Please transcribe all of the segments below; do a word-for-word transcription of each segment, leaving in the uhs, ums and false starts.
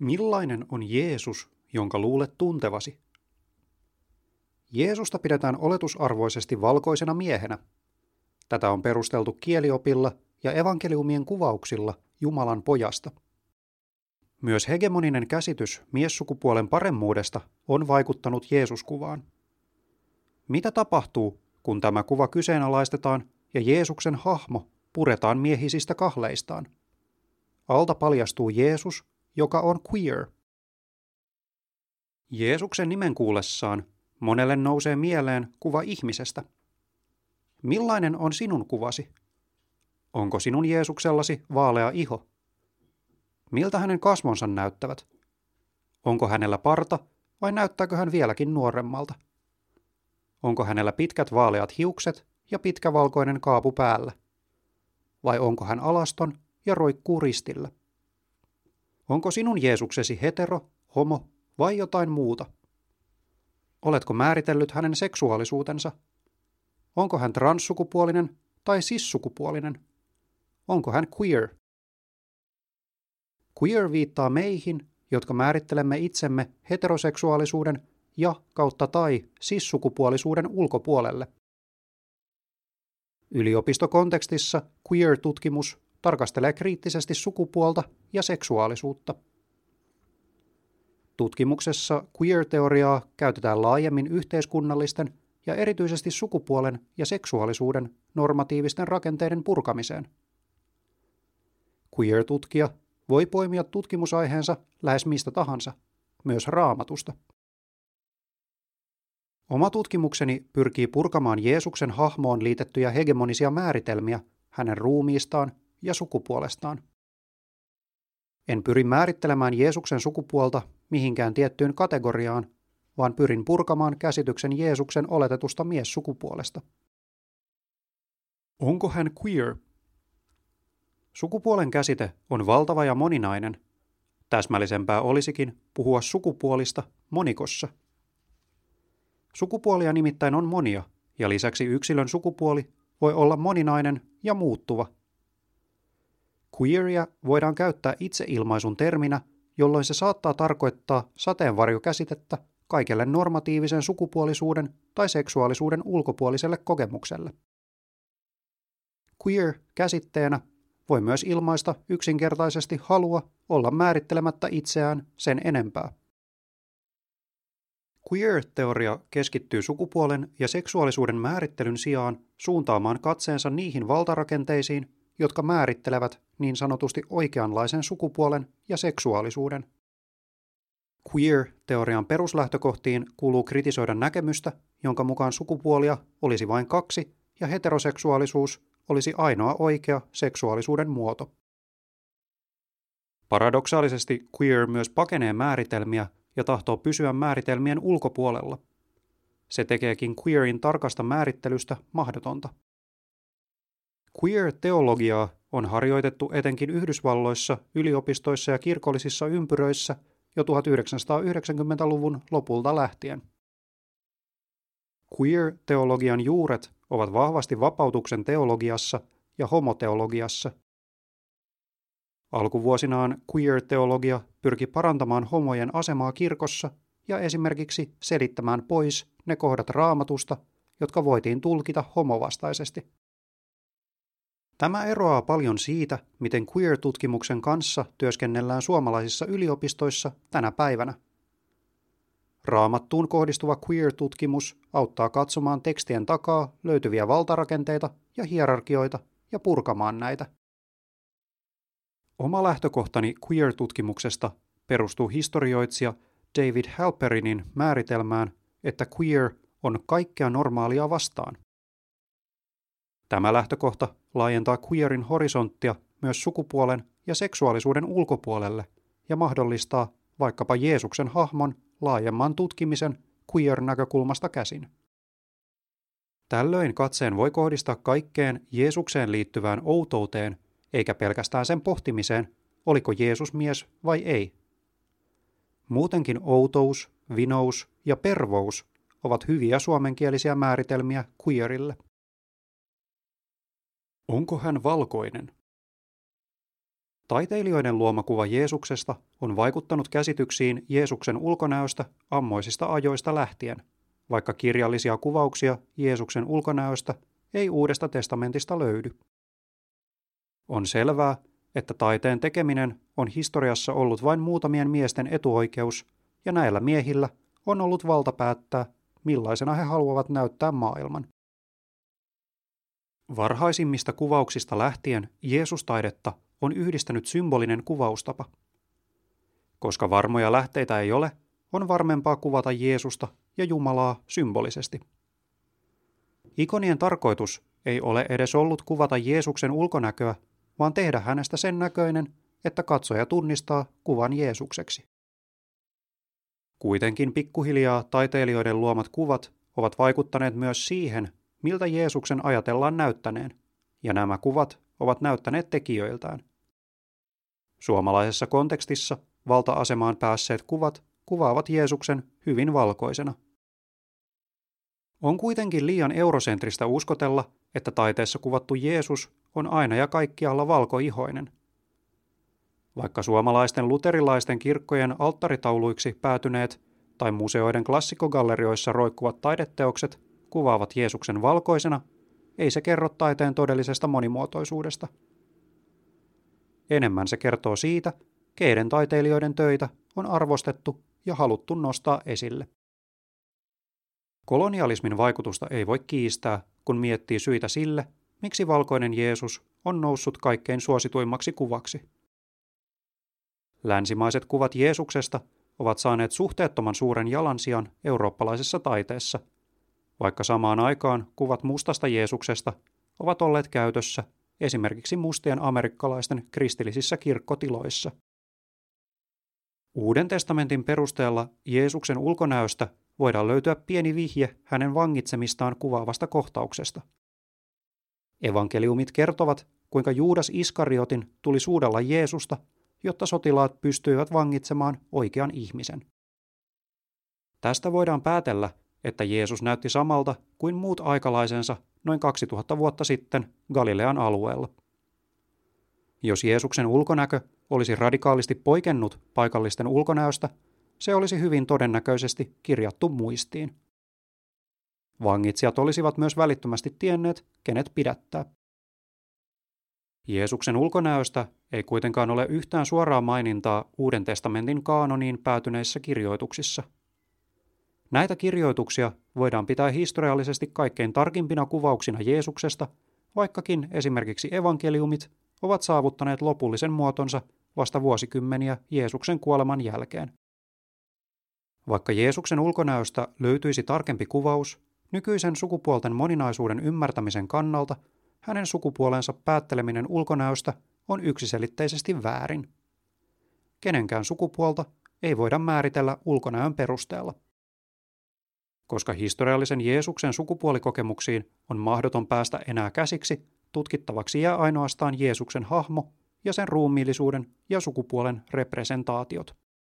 Millainen on Jeesus, jonka luulet tuntevasi? Jeesusta pidetään oletusarvoisesti valkoisena miehenä. Tätä on perusteltu kieliopilla ja evankeliumien kuvauksilla Jumalan pojasta. Myös hegemoninen käsitys miessukupuolen paremmuudesta on vaikuttanut Jeesuskuvaan. Mitä tapahtuu, kun tämä kuva kyseenalaistetaan ja Jeesuksen hahmo puretaan miehisistä kahleistaan? Alta paljastuu Jeesus, joka on queer. Jeesuksen nimen kuullessaan monelle nousee mieleen kuva ihmisestä. Millainen on sinun kuvasi? Onko sinun Jeesuksellasi vaalea iho? Miltä hänen kasvonsa näyttävät? Onko hänellä parta vai näyttääkö hän vieläkin nuoremmalta? Onko hänellä pitkät vaaleat hiukset ja pitkä valkoinen kaapu päällä? Vai onko hän alaston ja roikkuu ristillä? Onko sinun Jeesuksesi hetero, homo vai jotain muuta? Oletko määritellyt hänen seksuaalisuutensa? Onko hän transsukupuolinen tai cis-sukupuolinen? Onko hän queer? Queer viittaa meihin, jotka määrittelemme itsemme heteroseksuaalisuuden ja kautta tai cis-sukupuolisuuden ulkopuolelle. Yliopistokontekstissa queer-tutkimus tarkastelee kriittisesti sukupuolta ja seksuaalisuutta. Tutkimuksessa queer-teoriaa käytetään laajemmin yhteiskunnallisten ja erityisesti sukupuolen ja seksuaalisuuden normatiivisten rakenteiden purkamiseen. Queer-tutkija voi poimia tutkimusaiheensa lähes mistä tahansa, myös Raamatusta. Oma tutkimukseni pyrkii purkamaan Jeesuksen hahmoon liitettyjä hegemonisia määritelmiä hänen ruumiistaan ja sukupuolestaan. En pyri määrittelemään Jeesuksen sukupuolta mihinkään tiettyyn kategoriaan, vaan pyrin purkamaan käsityksen Jeesuksen oletetusta miessukupuolesta. Onko hän queer? Sukupuolen käsite on valtava ja moninainen. Täsmällisempää olisikin puhua sukupuolista monikossa. Sukupuolia nimittäin on monia, ja lisäksi yksilön sukupuoli voi olla moninainen ja muuttuva. Queeria voidaan käyttää itseilmaisun terminä, jolloin se saattaa tarkoittaa sateenvarjokäsitettä kaikelle normatiivisen sukupuolisuuden tai seksuaalisuuden ulkopuoliselle kokemukselle. Queer käsitteenä voi myös ilmaista yksinkertaisesti halua olla määrittelemättä itseään sen enempää. Queer-teoria keskittyy sukupuolen ja seksuaalisuuden määrittelyn sijaan suuntaamaan katseensa niihin valtarakenteisiin, jotka määrittelevät niin sanotusti oikeanlaisen sukupuolen ja seksuaalisuuden. Queer-teorian peruslähtökohtiin kuuluu kritisoida näkemystä, jonka mukaan sukupuolia olisi vain kaksi ja heteroseksuaalisuus olisi ainoa oikea seksuaalisuuden muoto. Paradoksaalisesti queer myös pakenee määritelmiä ja tahtoo pysyä määritelmien ulkopuolella. Se tekeekin queerin tarkasta määrittelystä mahdotonta. Queer-teologiaa on harjoitettu etenkin Yhdysvalloissa, yliopistoissa ja kirkollisissa ympyröissä jo tuhatyhdeksänsataayhdeksänkymmentäluvun lopulta lähtien. Queer-teologian juuret ovat vahvasti vapautuksen teologiassa ja homoteologiassa. Alkuvuosinaan queer-teologia pyrki parantamaan homojen asemaa kirkossa ja esimerkiksi selittämään pois ne kohdat Raamatusta, jotka voitiin tulkita homovastaisesti. Tämä eroaa paljon siitä, miten queer-tutkimuksen kanssa työskennellään suomalaisissa yliopistoissa tänä päivänä. Raamattuun kohdistuva queer-tutkimus auttaa katsomaan tekstien takaa löytyviä valtarakenteita ja hierarkioita ja purkamaan näitä. Oma lähtökohtani queer-tutkimuksesta perustuu historioitsija David Halperinin määritelmään, että queer on kaikkea normaalia vastaan. Tämä lähtökohta laajentaa queerin horisonttia myös sukupuolen ja seksuaalisuuden ulkopuolelle ja mahdollistaa vaikkapa Jeesuksen hahmon laajemman tutkimisen queer-näkökulmasta käsin. Tällöin katseen voi kohdistaa kaikkeen Jeesukseen liittyvään outouteen, eikä pelkästään sen pohtimiseen, oliko Jeesus mies vai ei. Muutenkin outous, vinous ja pervous ovat hyviä suomenkielisiä määritelmiä queerille. Onko hän valkoinen? Taiteilijoiden luoma kuva Jeesuksesta on vaikuttanut käsityksiin Jeesuksen ulkonäöstä ammoisista ajoista lähtien, vaikka kirjallisia kuvauksia Jeesuksen ulkonäöstä ei Uudesta testamentista löydy. On selvää, että taiteen tekeminen on historiassa ollut vain muutamien miesten etuoikeus, ja näillä miehillä on ollut valta päättää, millaisena he haluavat näyttää maailman. Varhaisimmista kuvauksista lähtien Jeesustaidetta on yhdistänyt symbolinen kuvaustapa. Koska varmoja lähteitä ei ole, on varmempaa kuvata Jeesusta ja Jumalaa symbolisesti. Ikonien tarkoitus ei ole edes ollut kuvata Jeesuksen ulkonäköä, vaan tehdä hänestä sen näköinen, että katsoja tunnistaa kuvan Jeesukseksi. Kuitenkin pikkuhiljaa taiteilijoiden luomat kuvat ovat vaikuttaneet myös siihen, miltä Jeesuksen ajatellaan näyttäneen, ja nämä kuvat ovat näyttäneet tekijöiltään. Suomalaisessa kontekstissa valta-asemaan päässeet kuvat kuvaavat Jeesuksen hyvin valkoisena. On kuitenkin liian eurosentristä uskotella, että taiteessa kuvattu Jeesus on aina ja kaikkialla valkoihoinen. Vaikka suomalaisten luterilaisten kirkkojen alttaritauluiksi päätyneet tai museoiden klassikogallerioissa roikkuvat taideteokset kuvaavat Jeesuksen valkoisena, ei se kerro taiteen todellisesta monimuotoisuudesta. Enemmän se kertoo siitä, keiden taiteilijoiden töitä on arvostettu ja haluttu nostaa esille. Kolonialismin vaikutusta ei voi kiistää, kun miettii syitä sille, miksi valkoinen Jeesus on noussut kaikkein suosituimmaksi kuvaksi. Länsimaiset kuvat Jeesuksesta ovat saaneet suhteettoman suuren jalansijan eurooppalaisessa taiteessa, vaikka samaan aikaan kuvat mustasta Jeesuksesta ovat olleet käytössä esimerkiksi mustien amerikkalaisten kristillisissä kirkkotiloissa. Uuden testamentin perusteella Jeesuksen ulkonäöstä voidaan löytyä pieni vihje hänen vangitsemistaan kuvaavasta kohtauksesta. Evankeliumit kertovat, kuinka Juudas Iskariotin tuli suudella Jeesusta, jotta sotilaat pystyivät vangitsemaan oikean ihmisen. Tästä voidaan päätellä, että Jeesus näytti samalta kuin muut aikalaisensa noin kaksituhatta vuotta sitten Galilean alueella. Jos Jeesuksen ulkonäkö olisi radikaalisti poikennut paikallisten ulkonäöstä, se olisi hyvin todennäköisesti kirjattu muistiin. Vangitsijat olisivat myös välittömästi tienneet, kenet pidättää. Jeesuksen ulkonäöstä ei kuitenkaan ole yhtään suoraa mainintaa Uuden testamentin kaanoniin päätyneissä kirjoituksissa. Näitä kirjoituksia voidaan pitää historiallisesti kaikkein tarkimpina kuvauksina Jeesuksesta, vaikkakin esimerkiksi evankeliumit ovat saavuttaneet lopullisen muotonsa vasta vuosikymmeniä Jeesuksen kuoleman jälkeen. Vaikka Jeesuksen ulkonäöstä löytyisi tarkempi kuvaus, nykyisen sukupuolten moninaisuuden ymmärtämisen kannalta hänen sukupuolensa päätteleminen ulkonäöstä on yksiselitteisesti väärin. Kenenkään sukupuolta ei voida määritellä ulkonäön perusteella. Koska historiallisen Jeesuksen sukupuolikokemuksiin on mahdoton päästä enää käsiksi, tutkittavaksi jää ainoastaan Jeesuksen hahmo ja sen ruumiillisuuden ja sukupuolen representaatiot.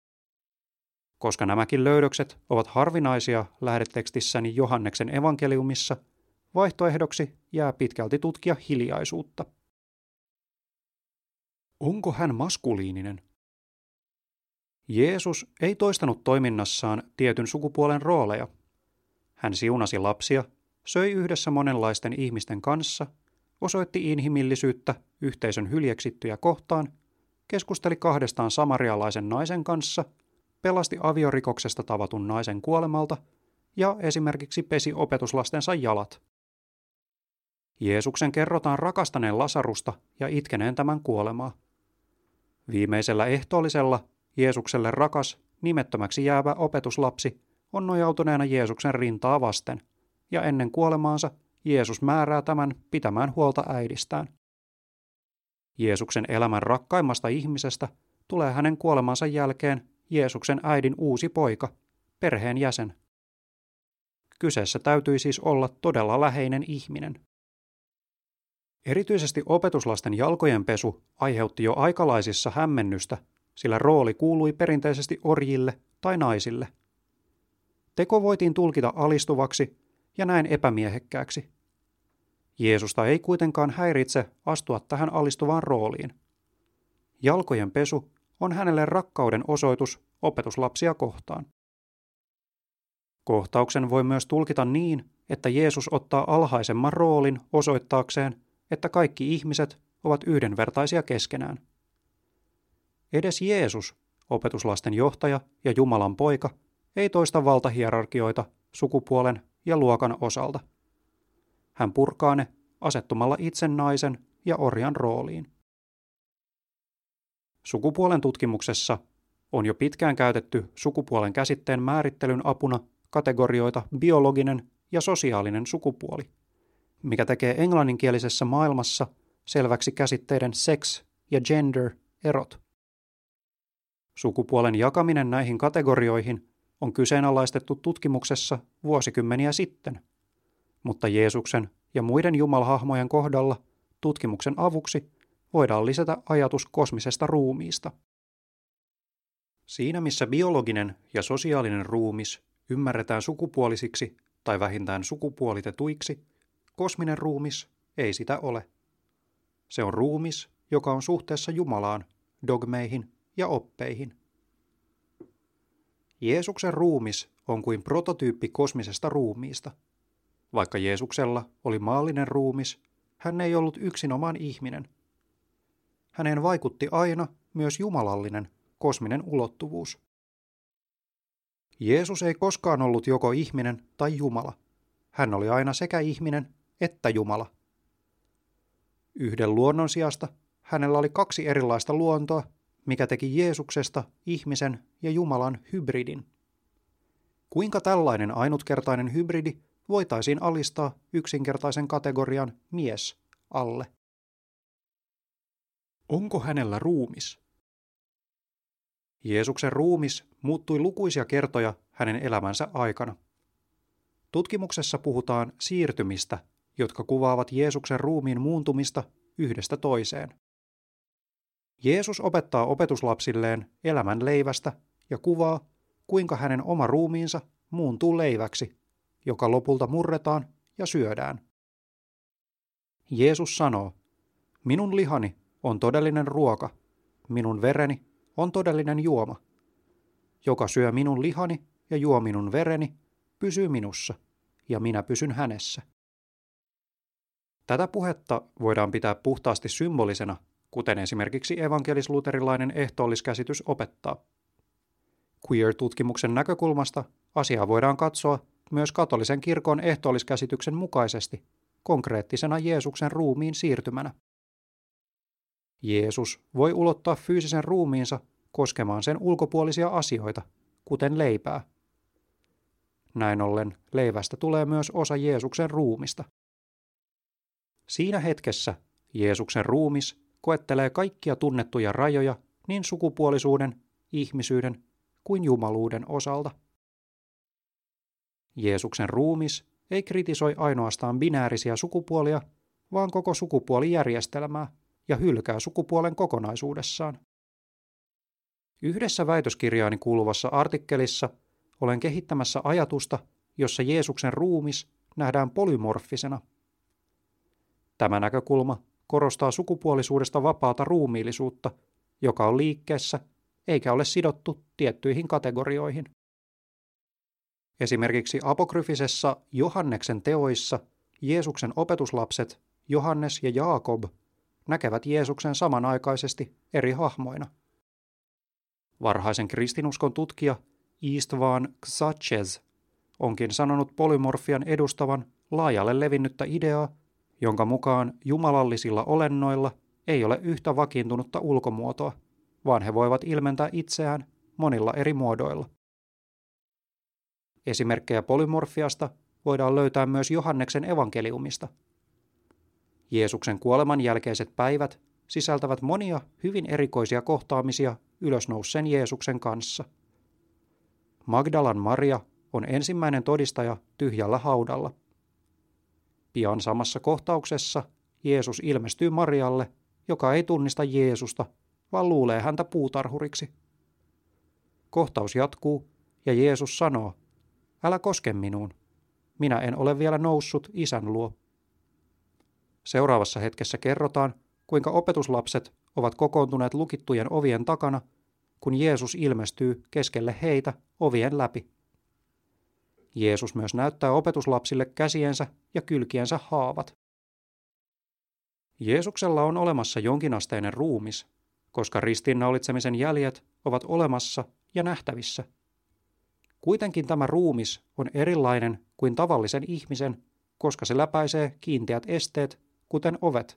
Koska nämäkin löydökset ovat harvinaisia lähdetekstissäni Johanneksen evankeliumissa, vaihtoehdoksi jää pitkälti tutkia hiljaisuutta. Onko hän maskuliininen? Jeesus ei toistanut toiminnassaan tietyn sukupuolen rooleja. Hän siunasi lapsia, söi yhdessä monenlaisten ihmisten kanssa, osoitti inhimillisyyttä yhteisön hyljeksittyjä kohtaan, keskusteli kahdestaan samarialaisen naisen kanssa, pelasti aviorikoksesta tavatun naisen kuolemalta ja esimerkiksi pesi opetuslastensa jalat. Jeesuksen kerrotaan rakastaneen Lasarusta ja itkeneen tämän kuolemaa. Viimeisellä ehtoollisella Jeesukselle rakas, nimettömäksi jäävä opetuslapsi on nojautuneena Jeesuksen rintaa vasten, ja ennen kuolemaansa Jeesus määrää tämän pitämään huolta äidistään. Jeesuksen elämän rakkaimmasta ihmisestä tulee hänen kuolemansa jälkeen Jeesuksen äidin uusi poika, perheen jäsen. Kyseessä täytyi siis olla todella läheinen ihminen. Erityisesti opetuslasten jalkojen pesu aiheutti jo aikalaisissa hämmennystä, sillä rooli kuului perinteisesti orjille tai naisille. Teko voitiin tulkita alistuvaksi ja näin epämiehekkääksi. Jeesusta ei kuitenkaan häiritse astua tähän alistuvaan rooliin. Jalkojen pesu on hänelle rakkauden osoitus opetuslapsia kohtaan. Kohtauksen voi myös tulkita niin, että Jeesus ottaa alhaisemman roolin osoittaakseen, että kaikki ihmiset ovat yhdenvertaisia keskenään. Edes Jeesus, opetuslasten johtaja ja Jumalan poika, ei toista valtahierarkioita sukupuolen ja luokan osalta. Hän purkaa ne asettumalla itse naisen ja orjan rooliin. Sukupuolen tutkimuksessa on jo pitkään käytetty sukupuolen käsitteen määrittelyn apuna kategorioita biologinen ja sosiaalinen sukupuoli, mikä tekee englanninkielisessä maailmassa selväksi käsitteiden sex ja gender erot. Sukupuolen jakaminen näihin kategorioihin on kyseenalaistettu tutkimuksessa vuosikymmeniä sitten, mutta Jeesuksen ja muiden jumalahahmojen kohdalla tutkimuksen avuksi voidaan lisätä ajatus kosmisesta ruumiista. Siinä missä biologinen ja sosiaalinen ruumis ymmärretään sukupuolisiksi tai vähintään sukupuolitetuiksi, kosminen ruumis ei sitä ole. Se on ruumis, joka on suhteessa Jumalaan, dogmeihin ja oppeihin. Jeesuksen ruumis on kuin prototyyppi kosmisesta ruumiista. Vaikka Jeesuksella oli maallinen ruumis, hän ei ollut yksinomaan ihminen. Häneen vaikutti aina myös jumalallinen, kosminen ulottuvuus. Jeesus ei koskaan ollut joko ihminen tai Jumala. Hän oli aina sekä ihminen että Jumala. Yhden luonnon sijasta hänellä oli kaksi erilaista luontoa, mikä teki Jeesuksesta ihmisen ja Jumalan hybridin. Kuinka tällainen ainutkertainen hybridi voitaisiin alistaa yksinkertaisen kategorian mies alle? Onko hänellä ruumis? Jeesuksen ruumis muuttui lukuisia kertoja hänen elämänsä aikana. Tutkimuksessa puhutaan siirtymistä, jotka kuvaavat Jeesuksen ruumiin muuntumista yhdestä toiseen. Jeesus opettaa opetuslapsilleen elämän leivästä ja kuvaa, kuinka hänen oma ruumiinsa muuntuu leiväksi, joka lopulta murretaan ja syödään. Jeesus sanoo, minun lihani on todellinen ruoka, minun vereni on todellinen juoma. Joka syö minun lihani ja juo minun vereni, pysyy minussa, ja minä pysyn hänessä. Tätä puhetta voidaan pitää puhtaasti symbolisena, kuten esimerkiksi evankelis-luterilainen ehtoolliskäsitys opettaa. Queer-tutkimuksen näkökulmasta asiaa voidaan katsoa myös katolisen kirkon ehtoolliskäsityksen mukaisesti, konkreettisena Jeesuksen ruumiin siirtymänä. Jeesus voi ulottaa fyysisen ruumiinsa koskemaan sen ulkopuolisia asioita, kuten leipää. Näin ollen leivästä tulee myös osa Jeesuksen ruumista. Siinä hetkessä Jeesuksen ruumis koettelee kaikkia tunnettuja rajoja niin sukupuolisuuden, ihmisyyden kuin jumaluuden osalta. Jeesuksen ruumis ei kritisoi ainoastaan binäärisiä sukupuolia, vaan koko sukupuolijärjestelmää ja hylkää sukupuolen kokonaisuudessaan. Yhdessä väitöskirjaani kuuluvassa artikkelissa olen kehittämässä ajatusta, jossa Jeesuksen ruumis nähdään polymorfisena. Tämä näkökulma korostaa sukupuolisuudesta vapaata ruumiillisuutta, joka on liikkeessä eikä ole sidottu tiettyihin kategorioihin. Esimerkiksi apokryfisessa Johanneksen teoissa Jeesuksen opetuslapset Johannes ja Jaakob näkevät Jeesuksen samanaikaisesti eri hahmoina. Varhaisen kristinuskon tutkija Istvan Ksatches onkin sanonut polymorfian edustavan laajalle levinnyttä ideaa, jonka mukaan jumalallisilla olennoilla ei ole yhtä vakiintunutta ulkomuotoa, vaan he voivat ilmentää itseään monilla eri muodoilla. Esimerkkejä polymorfiasta voidaan löytää myös Johanneksen evankeliumista. Jeesuksen kuoleman jälkeiset päivät sisältävät monia hyvin erikoisia kohtaamisia ylösnousseen Jeesuksen kanssa. Magdalan Maria on ensimmäinen todistaja tyhjällä haudalla. Pian samassa kohtauksessa Jeesus ilmestyy Marialle, joka ei tunnista Jeesusta, vaan luulee häntä puutarhuriksi. Kohtaus jatkuu ja Jeesus sanoo, älä koske minuun, minä en ole vielä noussut Isän luo. Seuraavassa hetkessä kerrotaan, kuinka opetuslapset ovat kokoontuneet lukittujen ovien takana, kun Jeesus ilmestyy keskelle heitä ovien läpi. Jeesus myös näyttää opetuslapsille käsiensä ja kylkiensä haavat. Jeesuksella on olemassa jonkinasteinen ruumis, koska ristiinnaulitsemisen jäljet ovat olemassa ja nähtävissä. Kuitenkin tämä ruumis on erilainen kuin tavallisen ihmisen, koska se läpäisee kiinteät esteet, kuten ovet.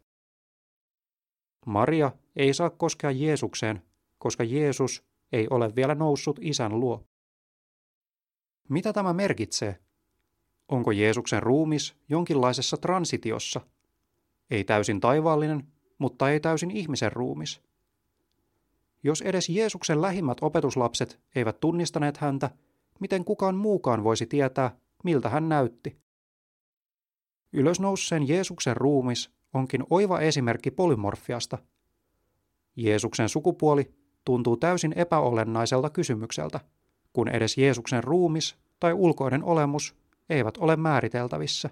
Maria ei saa koskea Jeesukseen, koska Jeesus ei ole vielä noussut Isän luo. Mitä tämä merkitsee? Onko Jeesuksen ruumis jonkinlaisessa transitiossa? Ei täysin taivaallinen, mutta ei täysin ihmisen ruumis. Jos edes Jeesuksen lähimmät opetuslapset eivät tunnistaneet häntä, miten kukaan muukaan voisi tietää, miltä hän näytti? Ylösnousseen Jeesuksen ruumis onkin oiva esimerkki polymorfiasta. Jeesuksen sukupuoli tuntuu täysin epäolennaiselta kysymykseltä, kun edes Jeesuksen ruumis tai ulkoinen olemus eivät ole määriteltävissä.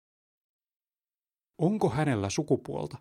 Onko hänellä sukupuolta?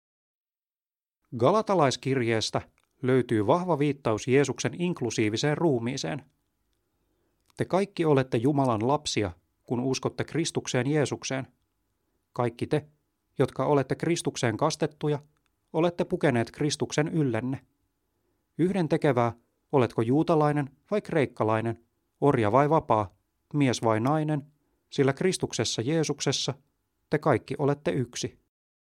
Galatalaiskirjeestä löytyy vahva viittaus Jeesuksen inklusiiviseen ruumiiseen. Te kaikki olette Jumalan lapsia, kun uskotte Kristukseen Jeesukseen. Kaikki te, jotka olette Kristukseen kastettuja, olette pukeneet Kristuksen yllenne. Yhden tekevää, oletko juutalainen vai kreikkalainen, orja vai vapaa, mies vai nainen, sillä Kristuksessa Jeesuksessa te kaikki olette yksi.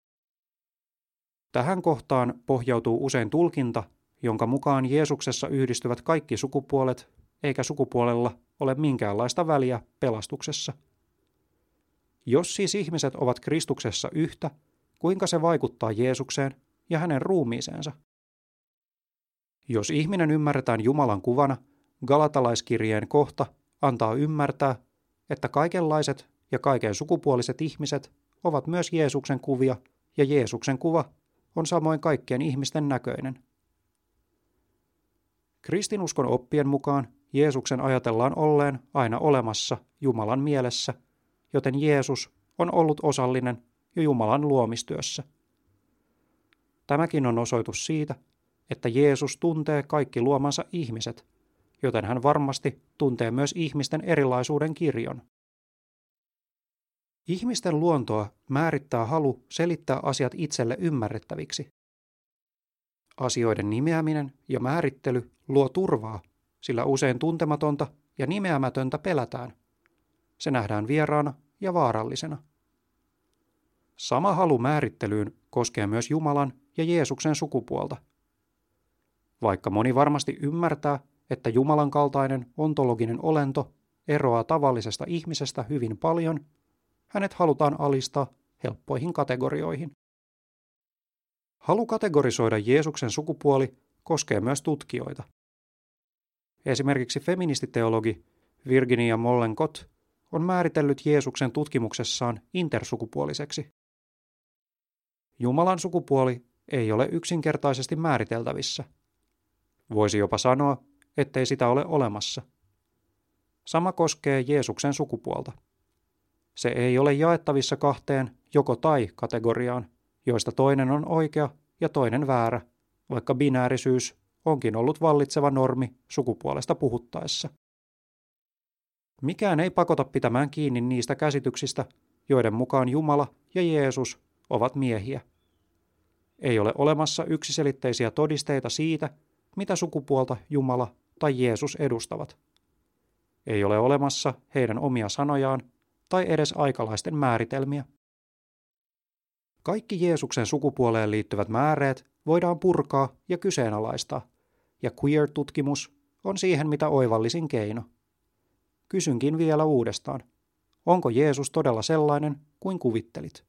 Tähän kohtaan pohjautuu usein tulkinta, jonka mukaan Jeesuksessa yhdistyvät kaikki sukupuolet, eikä sukupuolella ole minkäänlaista väliä pelastuksessa. Jos siis ihmiset ovat Kristuksessa yhtä, kuinka se vaikuttaa Jeesukseen ja hänen ruumiiseensa? Jos ihminen ymmärretään Jumalan kuvana, Galatalaiskirjeen kohta antaa ymmärtää, että kaikenlaiset ja kaiken sukupuoliset ihmiset ovat myös Jeesuksen kuvia, ja Jeesuksen kuva on samoin kaikkien ihmisten näköinen. Kristinuskon oppien mukaan Jeesuksen ajatellaan olleen aina olemassa Jumalan mielessä, joten Jeesus on ollut osallinen jo Jumalan luomistyössä. Tämäkin on osoitus siitä, että Jeesus tuntee kaikki luomansa ihmiset, joten hän varmasti tuntee myös ihmisten erilaisuuden kirjon. Ihmisten luontoa määrittää halu selittää asiat itselle ymmärrettäviksi. Asioiden nimeäminen ja määrittely luo turvaa, sillä usein tuntematonta ja nimeämätöntä pelätään. Se nähdään vieraana ja vaarallisena. Sama halu määrittelyyn koskee myös Jumalan ja Jeesuksen sukupuolta. Vaikka moni varmasti ymmärtää, että Jumalan kaltainen ontologinen olento eroaa tavallisesta ihmisestä hyvin paljon, hänet halutaan alistaa helppoihin kategorioihin. Halu kategorisoida Jeesuksen sukupuoli koskee myös tutkijoita. Esimerkiksi feministiteologi Virginia Mollenkott on määritellyt Jeesuksen tutkimuksessaan intersukupuoliseksi. Jumalan sukupuoli ei ole yksinkertaisesti määriteltävissä. Voisi jopa sanoa, ettei sitä ole olemassa. Sama koskee Jeesuksen sukupuolta. Se ei ole jaettavissa kahteen joko tai kategoriaan, joista toinen on oikea ja toinen väärä, vaikka binäärisyys onkin ollut vallitseva normi sukupuolesta puhuttaessa. Mikään ei pakota pitämään kiinni niistä käsityksistä, joiden mukaan Jumala ja Jeesus ovat miehiä. Ei ole olemassa yksiselitteisiä todisteita siitä, mitä sukupuolta Jumala tai Jeesus edustavat. Ei ole olemassa heidän omia sanojaan tai edes aikalaisten määritelmiä. Kaikki Jeesuksen sukupuoleen liittyvät määreet voidaan purkaa ja kyseenalaistaa, ja queer-tutkimus on siihen mitä oivallisin keino. Kysynkin vielä uudestaan, onko Jeesus todella sellainen kuin kuvittelit?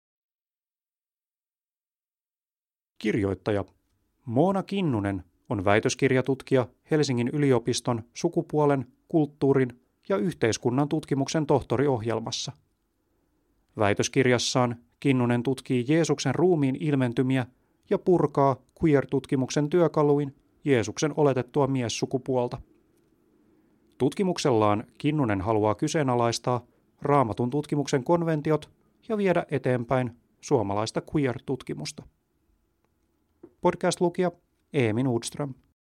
Kirjoittaja Moona Kinnunen on väitöskirjatutkija Helsingin yliopiston sukupuolen, kulttuurin ja yhteiskunnan tutkimuksen tohtoriohjelmassa. Väitöskirjassaan Kinnunen tutkii Jeesuksen ruumiin ilmentymiä ja purkaa queer-tutkimuksen työkaluin Jeesuksen oletettua miessukupuolta. Tutkimuksellaan Kinnunen haluaa kyseenalaistaa Raamatun tutkimuksen konventiot ja viedä eteenpäin suomalaista queer-tutkimusta. Podcast-lukija Eemi Nordström.